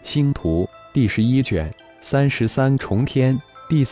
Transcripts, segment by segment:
星图》第11卷33重天第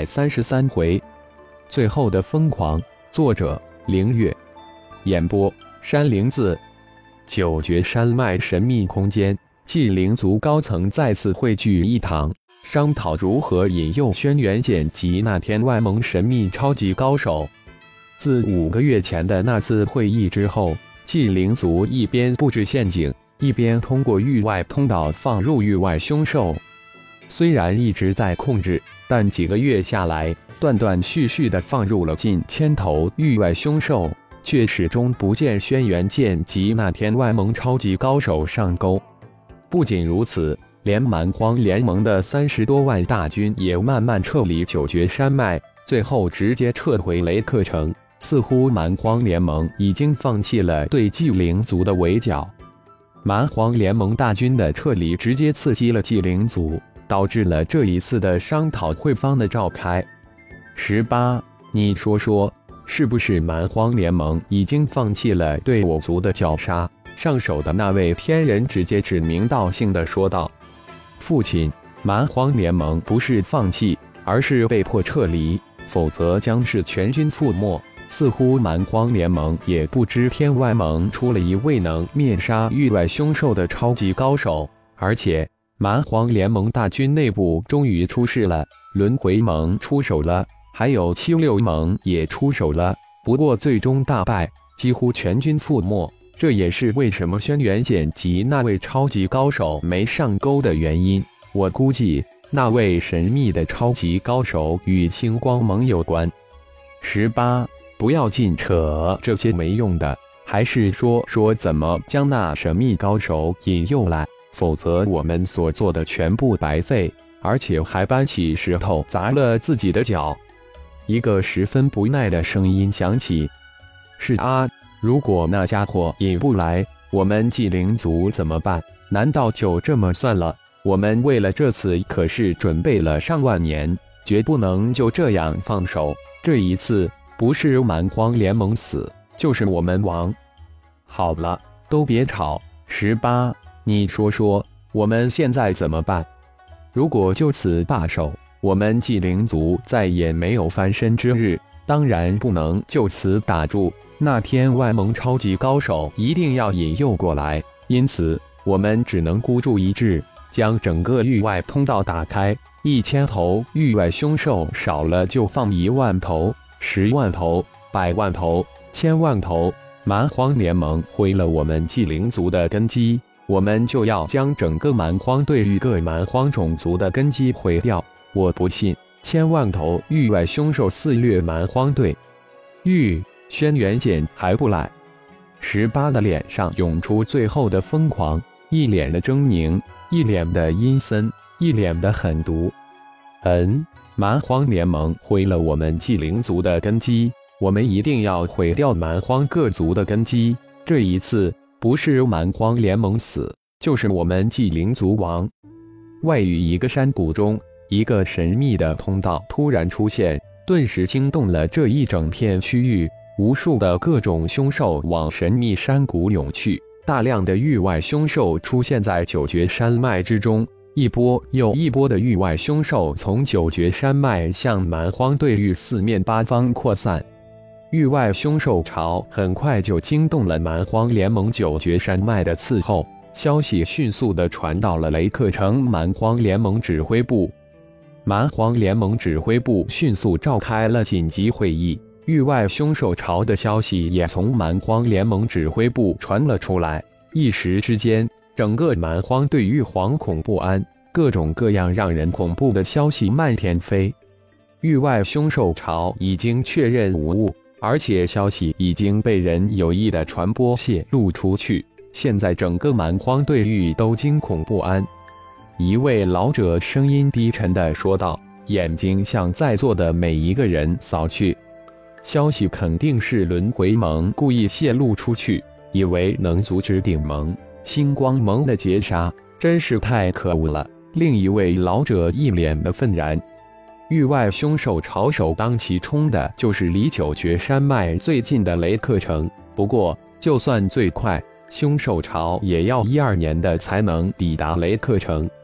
333回。最后的疯狂，作者凌月，演播山灵子。九绝山脉神秘空间，纪灵族高层再次汇聚一堂，商讨如何引诱轩辕剑及那天外盟神秘超级高手。自5个月前的那次会议之后，纪灵族一边布置陷阱，一边通过域外通道放入域外凶兽。虽然一直在控制，但几个月下来，断断续续地放入了近1000头域外凶兽，却始终不见轩辕剑及那天外盟超级高手上钩。不仅如此，连蛮荒联盟的30多万大军也慢慢撤离九绝山脉，最后直接撤回雷克城。似乎蛮荒联盟已经放弃了对纪灵族的围剿。蛮荒联盟大军的撤离直接刺激了纪灵族，导致了这一次的商讨会方的召开。18，你说说，是不是蛮荒联盟已经放弃了对我族的绞杀？上手的那位天人直接指名道姓地说道：“父亲，蛮荒联盟不是放弃，而是被迫撤离，否则将是全军覆没。似乎蛮荒联盟也不知天外盟出了一位能灭杀域外凶兽的超级高手，而且蛮荒联盟大军内部终于出事了，轮回盟出手了，还有76盟也出手了，不过最终大败，几乎全军覆没。这也是为什么轩辕剑及那位超级高手没上钩的原因。我估计那位神秘的超级高手与星光盟有关。18，不要尽扯这些没用的，还是说怎么将那神秘高手引诱来，否则我们所做的全部白费，而且还搬起石头砸了自己的脚。一个十分不耐的声音响起：是啊，如果那家伙引不来，我们纪灵族怎么办？难道就这么算了？我们为了这次可是准备了上万年，绝不能就这样放手。这一次不是蛮荒联盟死，就是我们亡。好了，都别吵。18，你说说，我们现在怎么办？如果就此罢手，我们纪灵族再也没有翻身之日。当然不能就此打住，那天外盟超级高手一定要引诱过来，因此我们只能孤注一掷，将整个域外通道打开。1000头域外凶兽少了就放1万头、10万头、100万头、1000万头。蛮荒联盟毁了我们纪灵族的根基，我们就要将整个蛮荒对域各蛮荒种族的根基毁掉。我不信1000万头域外凶兽肆虐蛮荒对域，轩辕剑还不来？18的脸上涌出最后的疯狂，一脸的狰狞，一脸的阴森，一脸的狠毒。蛮荒联盟毁了我们纪灵族的根基，我们一定要毁掉蛮荒各族的根基。这一次不是蛮荒联盟死，就是我们纪灵族亡。外域一个山谷中，一个神秘的通道突然出现，顿时惊动了这一整片区域。无数的各种凶兽往神秘山谷涌去，大量的域外凶兽出现在九绝山脉之中，一波又一波的域外凶兽从九绝山脉向蛮荒对域四面八方扩散。域外凶兽潮很快就惊动了蛮荒联盟九绝山脉的伺候，消息迅速地传到了雷克城蛮荒联盟指挥部。蛮荒联盟指挥部迅速召开了紧急会议，域外凶兽潮的消息也从蛮荒联盟指挥部传了出来。一时之间，整个蛮荒对域惶恐不安，各种各样让人恐怖的消息漫天飞。域外凶兽潮已经确认无误，而且消息已经被人有意的传播泄露出去，现在整个蛮荒对域都惊恐不安。一位老者声音低沉地说道，眼睛向在座的每一个人扫去。消息肯定是轮回盟故意泄露出去，以为能阻止顶盟星光盟的截杀，真是太可恶了。另一位老者一脸的愤然。域外凶兽潮首当其冲的就是离九绝山脉最近的雷克城，不过就算最快，凶兽潮也要1-2年的才能抵达雷克城。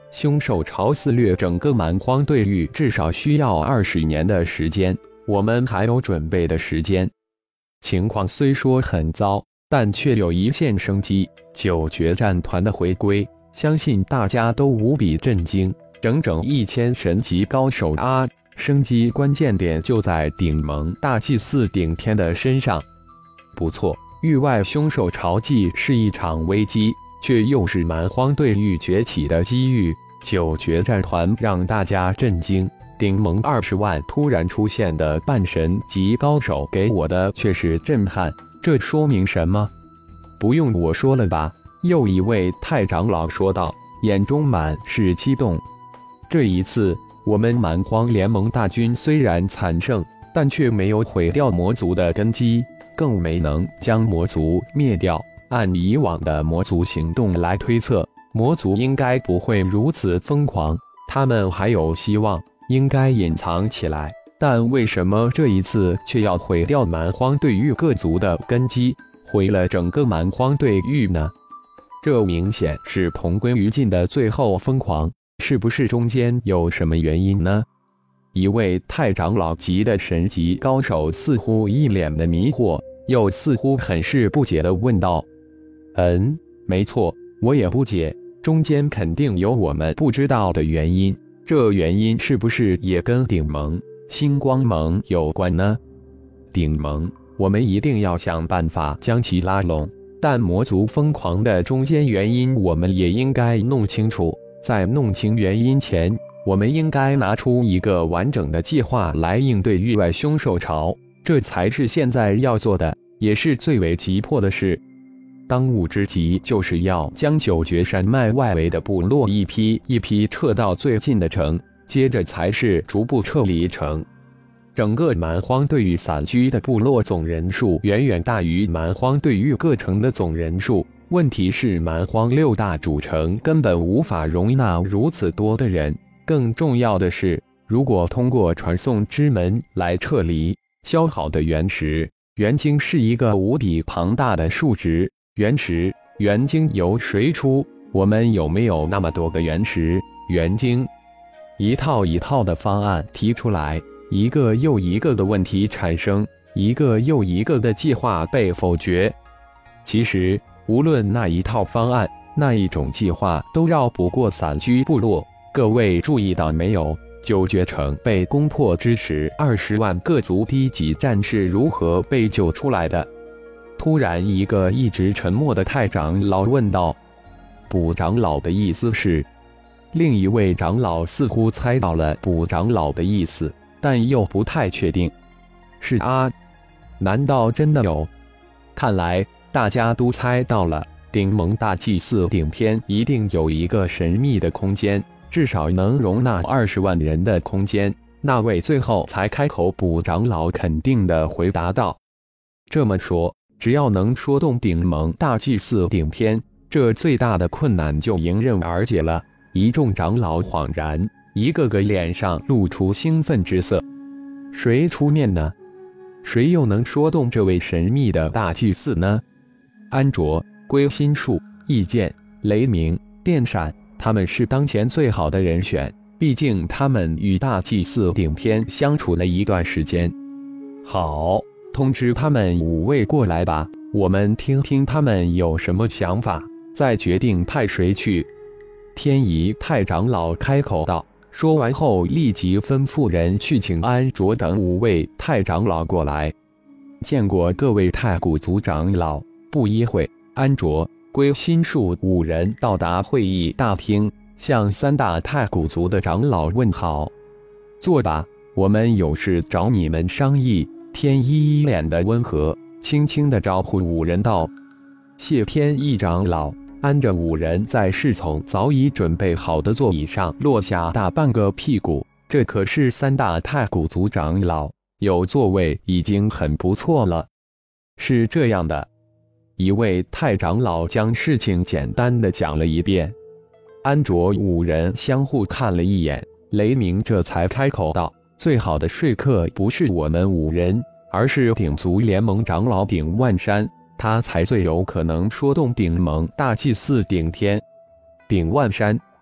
凶兽潮肆虐整个蛮荒对域至少需要20年的时间，我们还有准备的时间。情况虽说很糟，但却有一线生机。9决战团的回归，相信大家都无比震惊。整整1000神级高手啊！生机关键点就在顶盟大祭司顶天的身上。不错，域外凶兽潮既是一场危机，却又是蛮荒对域崛起的机遇。9决战团让大家震惊，顶盟20万突然出现的半神级高手给我的却是震撼。这说明什么？不用我说了吧？又一位太长老说道，眼中满是激动。这一次，我们蛮荒联盟大军虽然惨胜，但却没有毁掉魔族的根基，更没能将魔族灭掉。按以往的魔族行动来推测，魔族应该不会如此疯狂，他们还有希望，应该隐藏起来。但为什么这一次却要毁掉蛮荒对域各族的根基，毁了整个蛮荒对域呢？这明显是同归于尽的最后疯狂。是不是中间有什么原因呢？一位太长老级的神级高手似乎一脸的迷惑，又似乎很是不解地问道：“没错，我也不解，中间肯定有我们不知道的原因。这原因是不是也跟顶盟、星光盟有关呢？顶盟，我们一定要想办法将其拉拢，但魔族疯狂的中间原因，我们也应该弄清楚。在弄清原因前，我们应该拿出一个完整的计划来应对域外凶兽潮，这才是现在要做的，也是最为急迫的事。当务之急就是要将9绝山脉外围的部落一批一批撤到最近的城，接着才是逐步撤离城。整个蛮荒对域散居的部落总人数远远大于蛮荒对域各城的总人数。问题是蛮荒6大主城根本无法容纳如此多的人。更重要的是，如果通过传送之门来撤离，消耗的原石、元晶是一个无比庞大的数值。原石、元晶由谁出？我们有没有那么多个原石、元晶？一套一套的方案提出来，一个又一个的问题产生，一个又一个的计划被否决。其实，无论那一套方案、那一种计划，都绕不过散居部落。各位注意到没有？9绝城被攻破之时，20万各族低级战士如何被救出来的？突然，一个一直沉默的太长老问道。卜长老的意思是？另一位长老似乎猜到了卜长老的意思，但又不太确定。是啊，难道真的有？看来大家都猜到了，顶盟大祭司顶天一定有一个神秘的空间，至少能容纳20万人的空间。那位最后才开口卜长老肯定地回答道：“这么说，只要能说动顶盟大祭司顶天，这最大的困难就迎刃而解了。”一众长老恍然，一个个脸上露出兴奋之色。谁出面呢？谁又能说动这位神秘的大祭司呢？安卓、归心术、意剑、雷鸣、电闪，他们是当前最好的人选。毕竟他们与大祭司顶天相处了一段时间。好，通知他们5位过来吧，我们听听他们有什么想法，再决定派谁去。天仪太长老开口道，说完后立即吩咐人去请安卓等5位太长老过来。见过各位太古族长老。不一会，安卓、归心术5人到达会议大厅，向3大太古族的长老问好。坐吧，我们有事找你们商议。天一脸的温和，轻轻地招呼5人道：“谢天一长老。”按着5人在侍从早已准备好的座椅上落下大半个屁股。这可是3大太古族长老，有座位已经很不错了。是这样的，一位太长老将事情简单的讲了一遍。安卓5人相互看了一眼，雷鸣这才开口道：“最好的说客不是我们5人，而是鼎族联盟长老鼎万山。他才最有可能说动顶盟大祭司顶天。”鼎万山，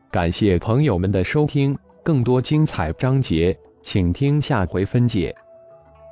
感谢朋友们的收听，更多精彩章节，请听下回分解。